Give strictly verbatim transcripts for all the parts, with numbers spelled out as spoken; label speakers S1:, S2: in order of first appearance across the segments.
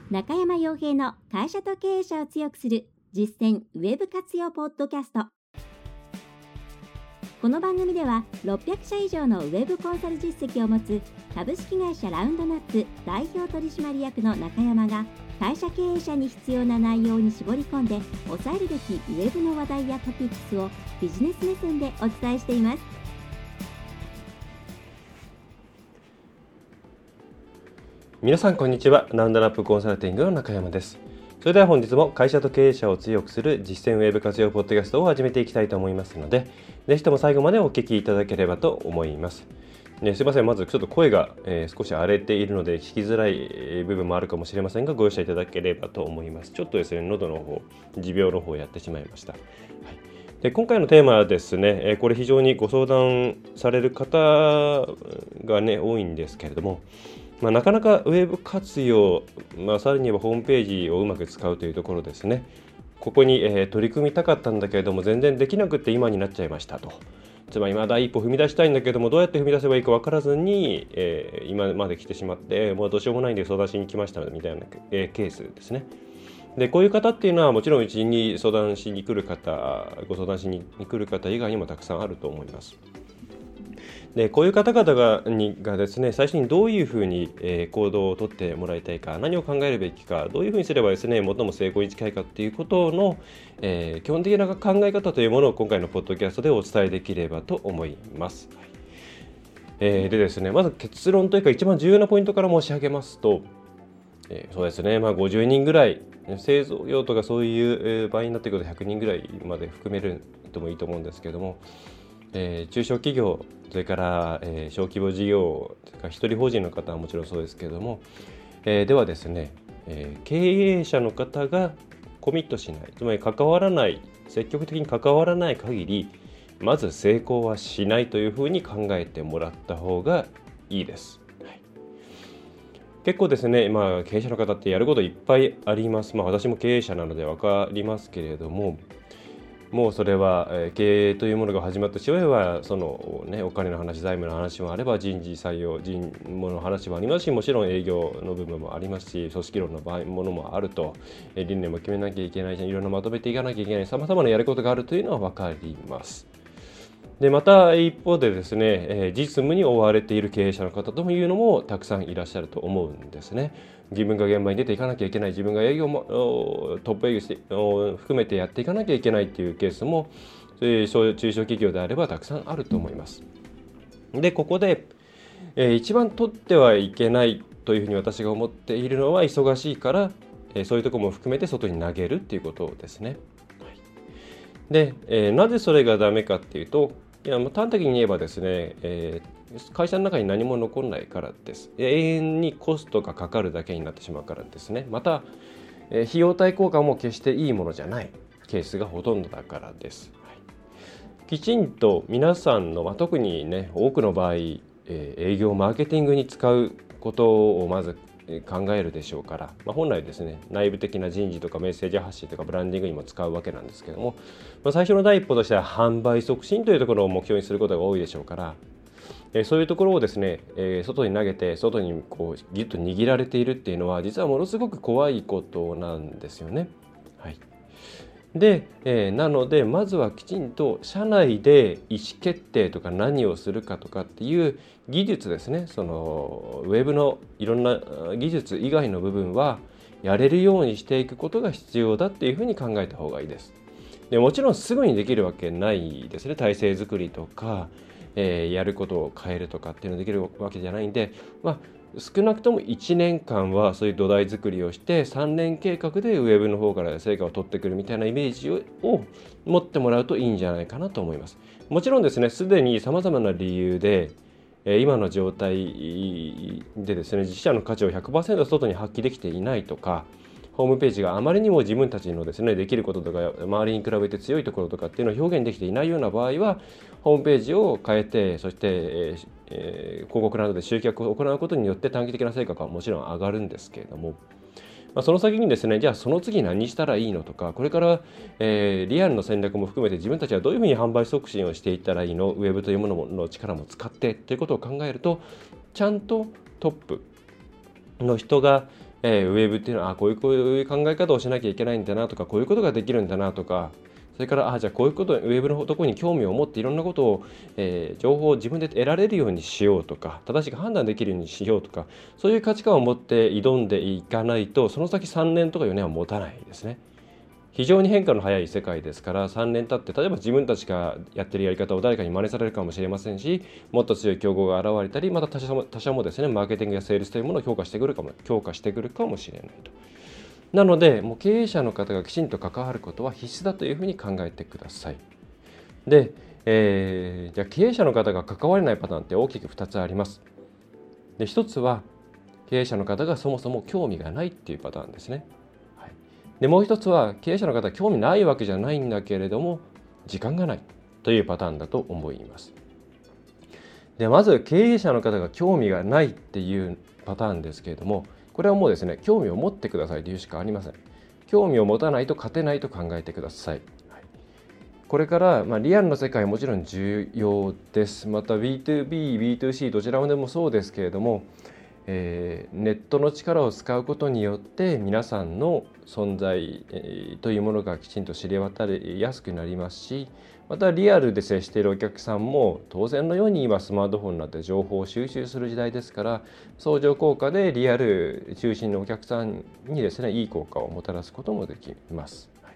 S1: 中山洋平の会社と経営者を強くする実践ウェブ活用ポッドキャスト。この番組ではろっぴゃくしゃ以上のウェブコンサル実績を持つ株式会社ラウンドナッツ代表取締役の中山が会社経営者に必要な内容に絞り込んで抑えるべきウェブの話題やトピックスをビジネス目線でお伝えしています。
S2: 皆さんこんにちは。ラウンドナップコンサルティングの中山です。それでは本日も会社と経営者を強くする実践ウェブ活用ポッドキャストを始めていきたいと思いますので、ぜひとも最後までお聞きいただければと思います。ね、すいません。まずちょっと声が、えー、少し荒れているので聞きづらい部分もあるかもしれませんが、ご容赦いただければと思います。ちょっとですね、喉の方、持病の方をやってしまいました。はい、で今回のテーマはですね、えー、これ非常にご相談される方がね、多いんですけれども、まあ、なかなかウェブ活用、まあ、さらに言えばホームページをうまく使うというところですね。ここに、えー、取り組みたかったんだけれども全然できなくて今になっちゃいましたと。つまりまだ一歩踏み出したいんだけどもどうやって踏み出せばいいか分からずに、えー、今まで来てしまってもうどうしようもないんで相談しに来ましたみたいな、えー、ケースですね。でこういう方っていうのはもちろんうちに相談しに来る方、ご相談しに来る方以外にもたくさんあると思います。でこういう方々がにがですね、最初にどういうふうに、えー、行動をとってもらいたいか、何を考えるべきか、どういうふうにすればですね、最も成功に近いかということの、えー、基本的な考え方というものを今回のポッドキャストでお伝えできればと思います。はいえー、でですね、まず結論というか一番重要なポイントから申し上げますと、えー、そうですね、まあ、ごじゅうにんぐらい、製造業とかそういう場合になってくるとひゃくにんぐらいまで含めるともいいと思うんですけれども、えー、中小企業、それから、えー、小規模事業、それから一人法人の方はもちろんそうですけれども、えー、ではですね、えー、経営者の方がコミットしない、つまり関わらない、積極的に関わらない限り、まず成功はしないというふうに考えてもらった方がいいです。はい、結構ですね、まあ、経営者の方ってやることいっぱいあります。まあ、私も経営者なので分かりますけれども、もうそれは経営というものが始まったしまえばその、ね、お金の話、財務の話もあれば人事採用、人物の話もありますし、もちろん営業の部分もありますし、組織論の場合ものもあると、理念も決めなきゃいけないし、いろんなまとめていかなきゃいけない、さまざまなやることがあるというのは分かります。でまた一方でですね、えー、実務に追われている経営者の方というのもたくさんいらっしゃると思うんですね。自分が現場に出ていかなきゃいけない、自分が営業もトップ営業して含めてやっていかなきゃいけないというケースも、えー、中小企業であればたくさんあると思います。でここで、えー、一番取ってはいけないというふうに私が思っているのは、忙しいから、えー、そういうところも含めて外に投げるっていうことですね。はい、で、えー、なぜそれがダメかっていうと、いや端的に言えばですね、えー、会社の中に何も残らないからです。永遠にコストがかかるだけになってしまうからですね。また、えー、費用対効果も決していいものじゃないケースがほとんどだからです。はい、きちんと皆さんの、まあ、特にね、多くの場合、えー、営業マーケティングに使うことをまず考えるでしょうから、まあ、本来ですね、内部的な人事とかメッセージ発信とかブランディングにも使うわけなんですけども、まあ、最初の第一歩としては販売促進というところを目標にすることが多いでしょうから、えー、そういうところをですね、えー、外に投げて外にこうギュッと握られているっていうのは実はものすごく怖いことなんですよね。はい、で、えー、なのでまずはきちんと社内で意思決定とか何をするかとかっていう技術ですね、そのウェブのいろんな技術以外の部分はやれるようにしていくことが必要だっていうふうに考えた方がいいです。でもちろんすぐにできるわけないですね。体制作りとか、えー、やることを変えるとかっていうのができるわけじゃないんで、まあ少なくともいちねんかんはそういう土台作りをしてさんねん計画でウェブの方から成果を取ってくるみたいなイメージを持ってもらうといいんじゃないかなと思います。もちろんですね、すでにさまざまな理由で今の状態でですね、自社の価値を ひゃくパーセント 外に発揮できていないとか、ホームページがあまりにも自分たちのですね、できることとか周りに比べて強いところとかっていうのを表現できていないような場合はホームページを変えて、そして、えーえー、広告などで集客を行うことによって短期的な成果がもちろん上がるんですけれども、まあ、その先にですね、じゃあその次何したらいいのとか、これから、えー、リアルの戦略も含めて自分たちはどういうふうに販売促進をしていったらいいの、ウェブというものの力も使ってということを考えると、ちゃんとトップの人がえー、ウェブっていうのはあこういうこういう考え方をしなきゃいけないんだなとか、こういうことができるんだなとか、それからあじゃあこういうことウェブのところに興味を持っていろんなことを、えー、情報を自分で得られるようにしようとか、正しく判断できるようにしようとか、そういう価値観を持って挑んでいかないと、その先さんねんとかよねんは持たないですね。非常に変化の早い世界ですから、さんねん経って例えば自分たちがやってるやり方を誰かに真似されるかもしれませんし、もっと強い競合が現れたり、また他社も他社もですねマーケティングやセールスというものを強化してくるかも強化してくるかもしれないと。なのでもう経営者の方がきちんと関わることは必須だというふうに考えてください。で、えー、じゃあ経営者の方が関われないパターンって大きくふたつあります。でひとつは経営者の方がそもそも興味がないっていうパターンですね。でもう一つは経営者の方は興味ないわけじゃないんだけれども時間がないというパターンだと思います。でまず経営者の方が興味がないっていうパターンですけれども、これはもうですね興味を持ってくださいというしかありません。興味を持たないと勝てないと考えてください。はい、これから、まあ、リアルの世界はもちろん重要です。また ビーツービー、ビーツーシー どちらでもそうですけれども、えー、ネットの力を使うことによって皆さんの存在、えー、というものがきちんと知れ渡りやすくなりますし、またリアルで接しているお客さんも当然のように今スマートフォンになって情報を収集する時代ですから、相乗効果でリアル中心のお客さんにですねいい効果をもたらすこともできます。はい、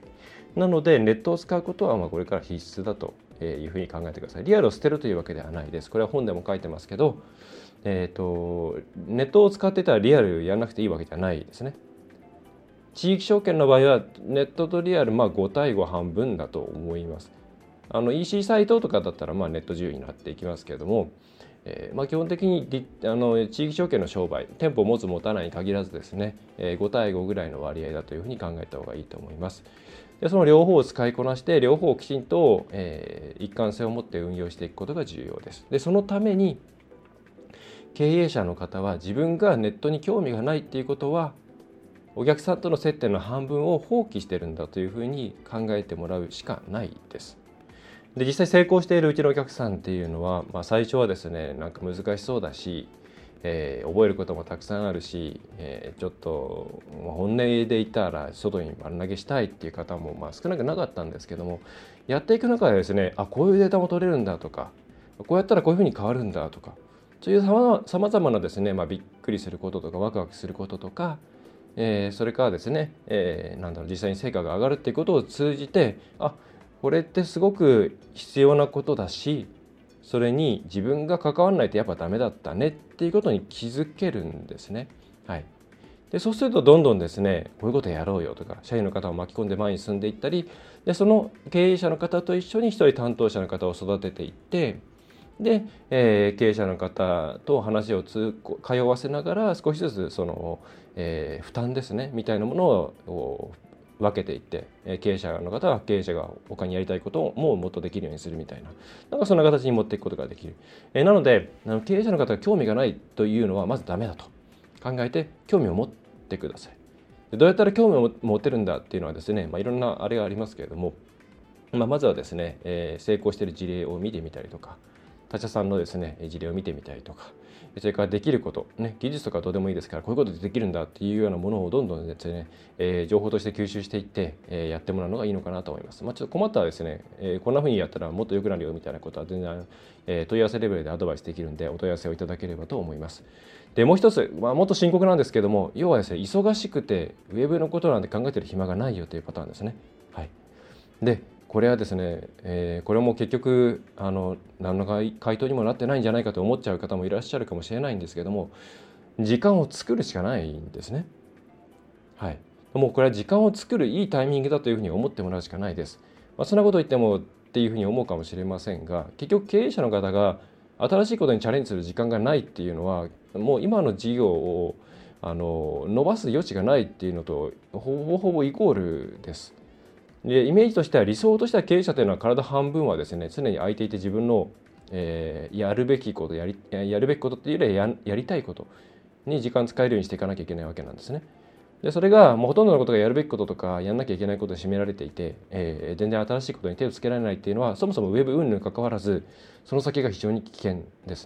S2: なのでネットを使うことはまあこれから必須だというふうに考えてください。リアルを捨てるというわけではないです。これは本でも書いてますけど、えーと、ネットを使ってたらリアルやらなくていいわけじゃないですね。地域証券の場合はネットとリアルまあご対ご半分だと思います。あの イーシー サイトとかだったらまあネット自由になっていきますけれども、えーまあ、基本的にあの地域証券の商売、店舗を持つ持たないに限らずですね、えー、ご対ごぐらいの割合だというふうに考えた方がいいと思います。でその両方を使いこなして両方をきちんと、えー、一貫性を持って運用していくことが重要です。でそのために経営者の方は自分がネットに興味がないっていうことはお客さんとの接点の半分を放棄してるんだというふうに考えてもらうしかないです。で実際成功しているうちのお客さんっていうのは、まあ、最初はですねなんか難しそうだし、えー、覚えることもたくさんあるし、えー、ちょっと本音で言ったら外に丸投げしたいっていう方もまあ少なくなかったんですけども、やっていく中でですねあこういうデータも取れるんだとか、こうやったらこういうふうに変わるんだとか、そういうさまざまなですね、まあ、びっくりすることとかワクワクすることとか、えー、それからですね、えー、なんだろう実際に成果が上がるっていうことを通じて、あこれってすごく必要なことだし、それに自分が関わらないとやっぱダメだったねっていうことに気づけるんですね。はい、でそうするとどんどんですねこういうことやろうよとか、社員の方を巻き込んで前に進んでいったり、でその経営者の方と一緒に一人担当者の方を育てていって、で、えー、経営者の方と話を通わせながら少しずつその、えー、負担ですねみたいなものを分けていって、経営者の方は経営者が他にやりたいことをもうもっとできるようにするみたいな、なんかそんな形に持っていくことができる。えー、なので経営者の方が興味がないというのはまずダメだと考えて興味を持ってください。でどうやったら興味を持てるんだっていうのはですね、まあ、いろんなあれがありますけれども、まあ、まずはですね、えー、成功している事例を見てみたりとか、他社さんのですね事例を見てみたりとか、それからできること、ね、技術とかどうでもいいですから、こういうことでできるんだっていうようなものをどんどんですね、えー、情報として吸収していって、えー、やってもらうのがいいのかなと思います。まあ、ちょっと困ったらですね、えー、こんな風にやったらもっと良くなるよみたいなことは全然、えー、問い合わせレベルでアドバイスできるんで、お問い合わせをいただければと思います。でもう一つ、まあ、もっと深刻なんですけども、要はですね忙しくてウェブのことなんて考えてる暇がないよというパターンですね。はい、でこれはですね、えー、これも結局あの何の回答にもなってないんじゃないかと思っちゃう方もいらっしゃるかもしれないんですけども、時間を作るしかないんですね。はい、もうこれは時間を作るいいタイミングだというふうに思ってもらうしかないです。まあ、そんなこと言ってもっていうふうに思うかもしれませんが、結局経営者の方が新しいことにチャレンジする時間がないっていうのは、もう今の事業をあの伸ばす余地がないっていうのとほぼほぼイコールです。でイメージとしては、理想としては経営者というのは体半分はですね常に空いていて、自分の、えー、やるべきことやりやるべきことっていうよりは や, やりたいことに時間使えるようにしていかなきゃいけないわけなんですね。でそれがもうほとんどのことがやるべきこととかやんなきゃいけないことで占められていて、えー、全然新しいことに手をつけられないっていうのは、そもそもウェブ云々に関わらずその先が非常に危険ですね。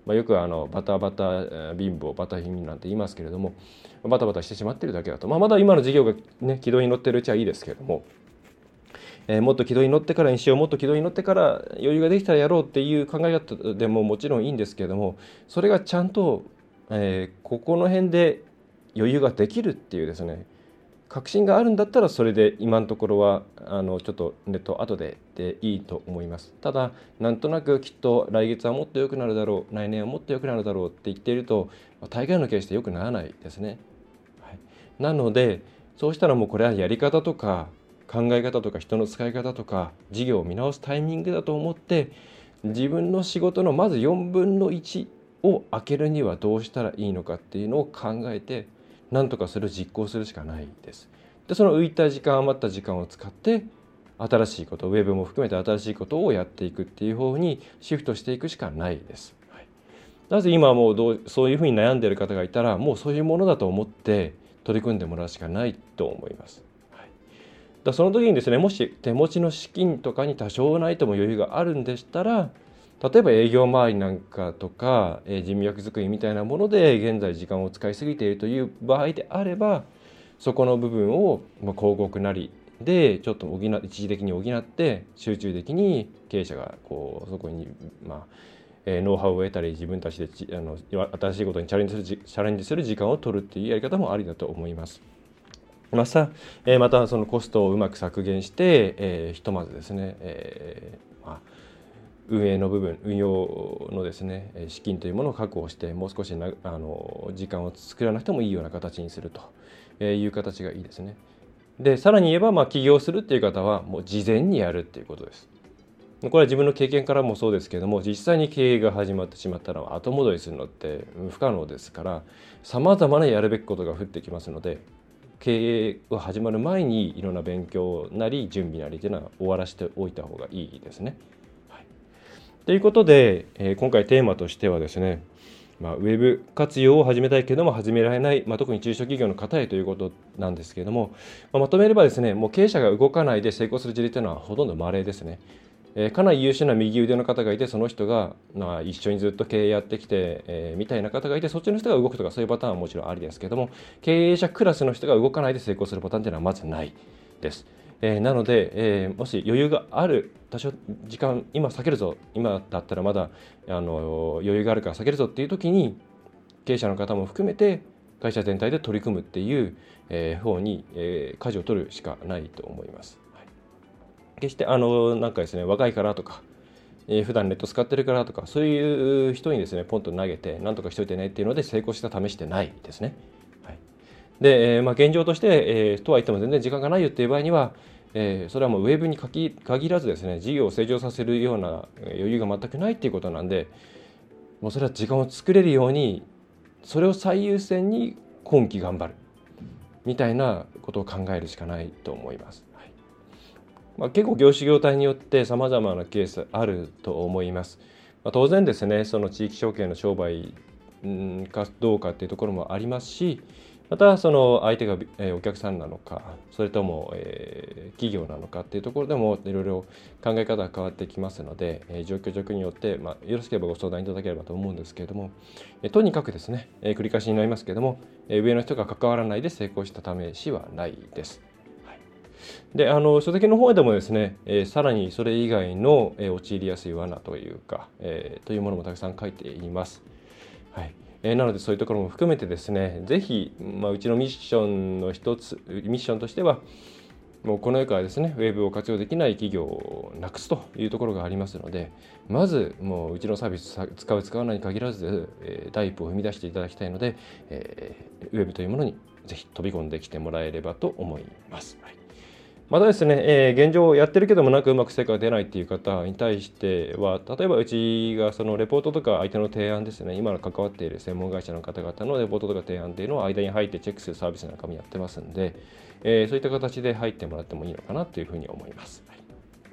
S2: まあ、よくあのバタバタ貧乏バタ貧なんて言いますけれども、バタバタしてしまっているだけだと、まあ、まだ今の事業が、ね、軌道に乗っているうちはいいですけれども、えー、もっと軌道に乗ってからにしよう、もっと軌道に乗ってから余裕ができたらやろうっていう考え方でももちろんいいんですけれども、それがちゃんと、えー、ここの辺で余裕ができるっていうですね、確信があるんだったら、それで今のところはあのちょっとネット後ででいいと思います。ただなんとなくきっと来月はもっと良くなるだろう、来年はもっと良くなるだろうって言っていると、大概のケースで良くならないですね。はい、なのでそうしたらもうこれはやり方とか考え方とか人の使い方とか事業を見直すタイミングだと思って、自分の仕事のまずよんぶんのいちを開けるにはどうしたらいいのかっていうのを考えて、なんとかそれを実行するしかないです。でその浮いた時間、余った時間を使って新しいこと、ウェブも含めて新しいことをやっていくっていう方にシフトしていくしかないです。はい、なぜ今はもうどうそういうふうに悩んでいる方がいたら、もうそういうものだと思って取り組んでもらうしかないと思います。はい、だその時にですね、もし手持ちの資金とかに多少ないとも余裕があるんでしたら、例えば営業周りなんかとか、えー、事務役作りみたいなもので現在時間を使いすぎているという場合であれば、そこの部分を、まあ、広告なりでちょっと補一時的に補って集中的に経営者がこうそこに、まあえー、ノウハウを得たり自分たちであの新しいことにチャレンジするチャレンジする時間を取るっていうやり方もありだと思います。また、えー、またそのコストをうまく削減して、えー、ひとまずですね、えーまあ運営の部分、運用のですね、資金というものを確保して、もう少しなあの時間を作らなくてもいいような形にするという形がいいですね。で、さらに言えば、まあ、起業するっていう方はもう事前にやるっていうことです。これは自分の経験からもそうですけれども、実際に経営が始まってしまったら後戻りするのって不可能ですから、さまざまなやるべきことが降ってきますので、経営が始まる前にいろんな勉強なり準備なりというのは終わらせておいた方がいいですね。ということで、えー、今回テーマとしてはですね、まあ、ウェブ活用を始めたいけども始められない、まあ、特に中小企業の方へということなんですけれども、まあ、まとめればですね、もう経営者が動かないで成功する事例というのはほとんど稀ですね。えー、かなり優秀な右腕の方がいて、その人が、まあ、一緒にずっと経営やってきて、えー、みたいな方がいて、そっちの人が動くとかそういうパターンはもちろんありですけども、経営者クラスの人が動かないで成功するパターンというのはまずないです。えー、なので、えー、もし余裕がある、多少時間今避けるぞ、今だったらまだあの余裕があるから避けるぞっていう時に、経営者の方も含めて会社全体で取り組むっていう、えー、方に、えー、舵を取るしかないと思います。はい、決してあのなんかですね、若いからとか、えー、普段ネット使ってるからとか、そういう人にですねポンと投げてなんとかしといてねっていうので成功した試してないですね。で、えーまあ、現状として、えー、とは言っても全然時間がないよっていう場合には、えー、それはもうウェブに限らずですね、事業を成長させるような余裕が全くないっていうことなんで、もうそれは時間を作れるように、それを最優先に今期頑張るみたいなことを考えるしかないと思います。はい、まあ、結構業種業態によって様々なケースあると思います。まあ、当然ですね、その地域承継の商売かどうかっていうところもありますし、またその相手がお客さんなのか、それとも企業なのかっていうところでもいろいろ考え方が変わってきますので、状況状況によって、まあ、よろしければご相談いただければと思うんですけれども、とにかくですね、繰り返しになりますけれども、上の人が関わらないで成功した試しはないです。はい、で、あの書籍の方でもですね、さらにそれ以外の陥りやすい罠というか、というものもたくさん書いています。はい、なのでそういうところも含めてですね、ぜひ、まあ、うちのミッションの一つ、ミッションとしては、もうこの世からですね、ウェブを活用できない企業をなくすというところがありますので、まずもううちのサービス使う使わないに限らず、えー、第一歩を踏み出していただきたいので、えー、ウェブというものにぜひ飛び込んできてもらえればと思います。はい、またですね、えー、現状やってるけどもなんかうまく成果が出ないっていう方に対しては、例えばうちがそのレポートとか相手の提案ですね、今の関わっている専門会社の方々のレポートとか提案っていうのを間に入ってチェックするサービスなんかもやってますんで、えー、そういった形で入ってもらってもいいのかなというふうに思います。はい、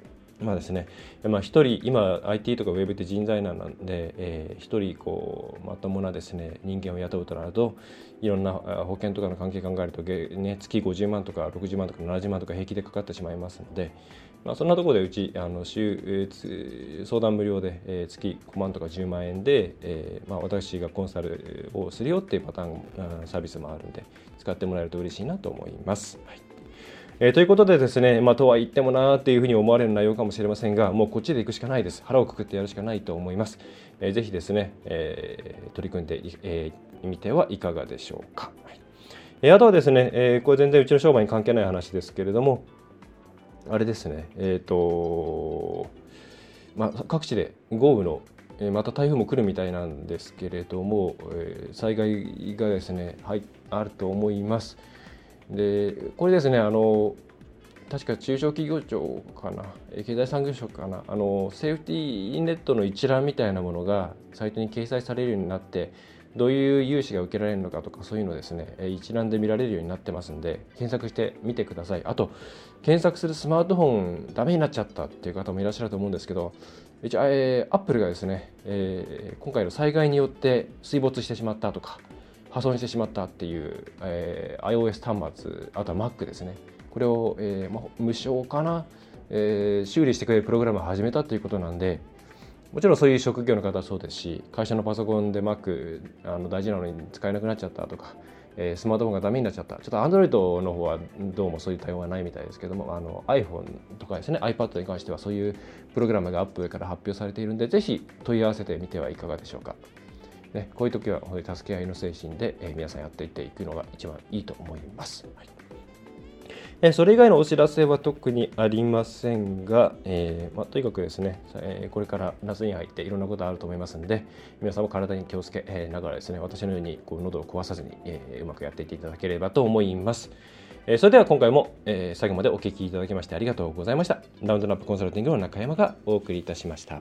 S2: まあですね、まあ、一人今 アイティー とかウェブって人材難なんで、えー、一人こうまともなですね人間を雇うとなるといろんな保険とかの関係考えると、ね、月ごじゅうまんとかろくじゅうまんとかななじゅうまんとか平気でかかってしまいますので、まあ、そんなところでうちあの週、えー、相談無料で、えー、月ごまんとかじゅうまんえんで、えーまあ、私がコンサルをするよっていうパターンサービスもあるんで使ってもらえると嬉しいなと思います。はい、えー、ということでですね、まあ、とは言ってもなーっていうふうに思われる内容かもしれませんが、もうこっちで行くしかないです。腹をくくってやるしかないと思います。えー、ぜひですね、えー、取り組んでみ、えー、てはいかがでしょうか。はい、えー、あとはですね、えー、これ全然うちの商売に関係ない話ですけれども、あれですね、えっと、まあ、各地で豪雨の、えー、また台風も来るみたいなんですけれども、えー、災害がですね、はい、あると思います。でこれですね、あの確か中小企業庁かな、経済産業省かな、あのセーフティーネットの一覧みたいなものがサイトに掲載されるようになって、どういう融資が受けられるのかとか、そういうのですね一覧で見られるようになってますんで、検索してみてください。あと検索するスマートフォンダメになっちゃったっていう方もいらっしゃると思うんですけど、一応、えー、アップルがですね、えー、今回の災害によって水没してしまったとか破損してしまったっていう、えー、iOS 端末、あとは Mac ですね、これを、えーまあ、無償かな、えー、修理してくれるプログラムを始めたということなんで、もちろんそういう職業の方はそうですし、会社のパソコンで Mac あの大事なのに使えなくなっちゃったとか、えー、スマートフォンがダメになっちゃった、ちょっと Android の方はどうもそういう対応はないみたいですけども、あの iPhone とかですね iPad に関してはそういうプログラムがアップルから発表されているんで、ぜひ問い合わせてみてはいかがでしょうか。ね、こういう時は本当に助け合いの精神で、えー、皆さんやっていっていくのが一番いいと思います。はい、えー、それ以外のお知らせは特にありませんが、えーまあ、とにかくですね、えー、これから夏に入っていろんなことあると思いますので、皆さんも体に気をつけ、えー、ながらですね、私のようにこう喉を壊さずに、えー、うまくやっていっていただければと思います。えー、それでは今回も、えー、最後までお聞きいただきましてありがとうございました。ラウンドナップコンサルティングの中山がお送りいたしました。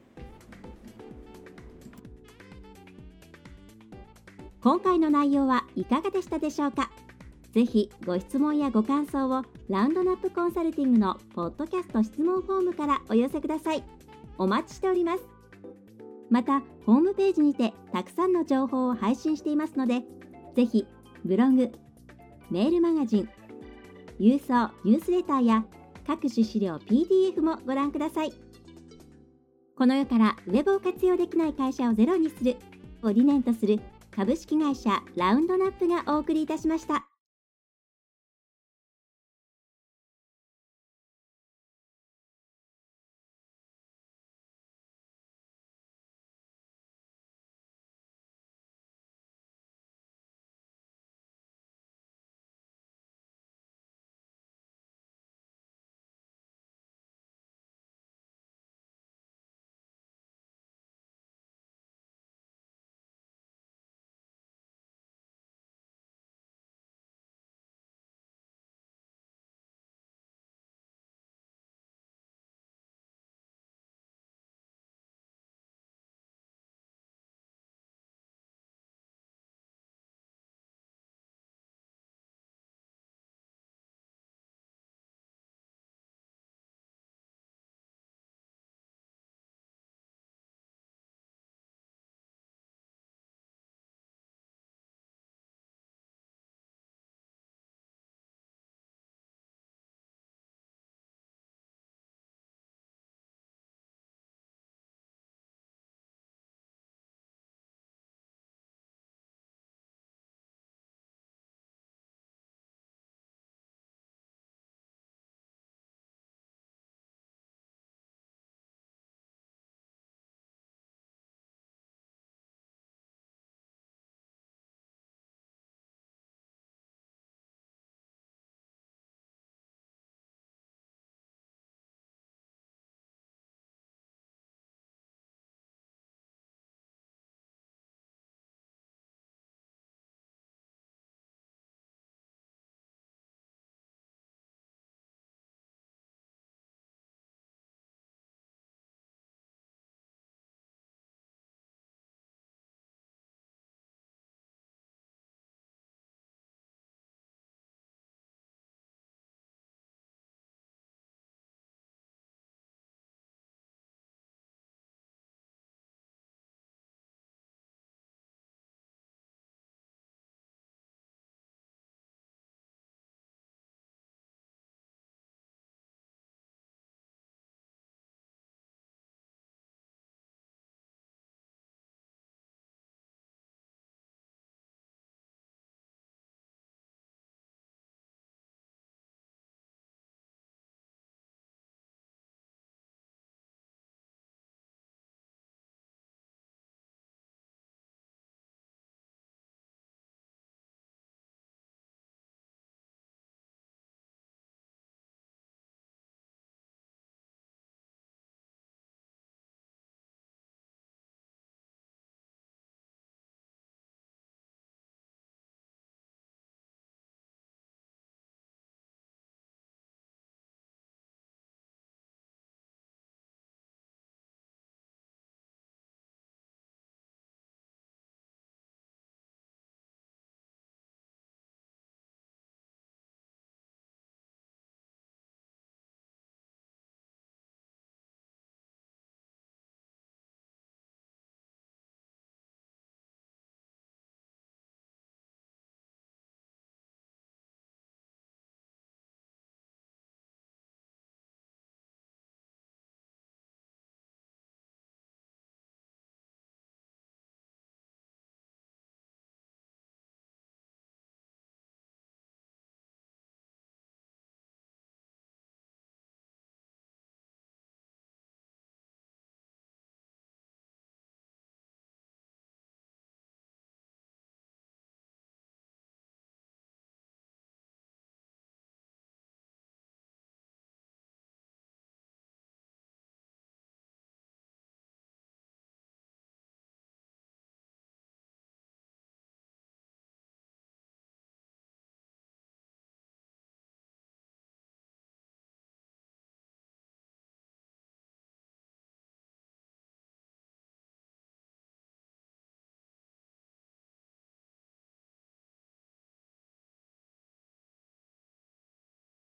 S1: 今回の内容はいかがでしたでしょうか。ぜひご質問やご感想をラウンドナップコンサルティングのポッドキャスト質問フォームからお寄せください。お待ちしております。またホームページにてたくさんの情報を配信していますので、ぜひブログ、メールマガジン、郵送ニュースレターや各種資料 ピーディーエフ もご覧ください。この世からウェブを活用できない会社をゼロにするを理念とする株式会社ラウンドナップがお送りいたしました。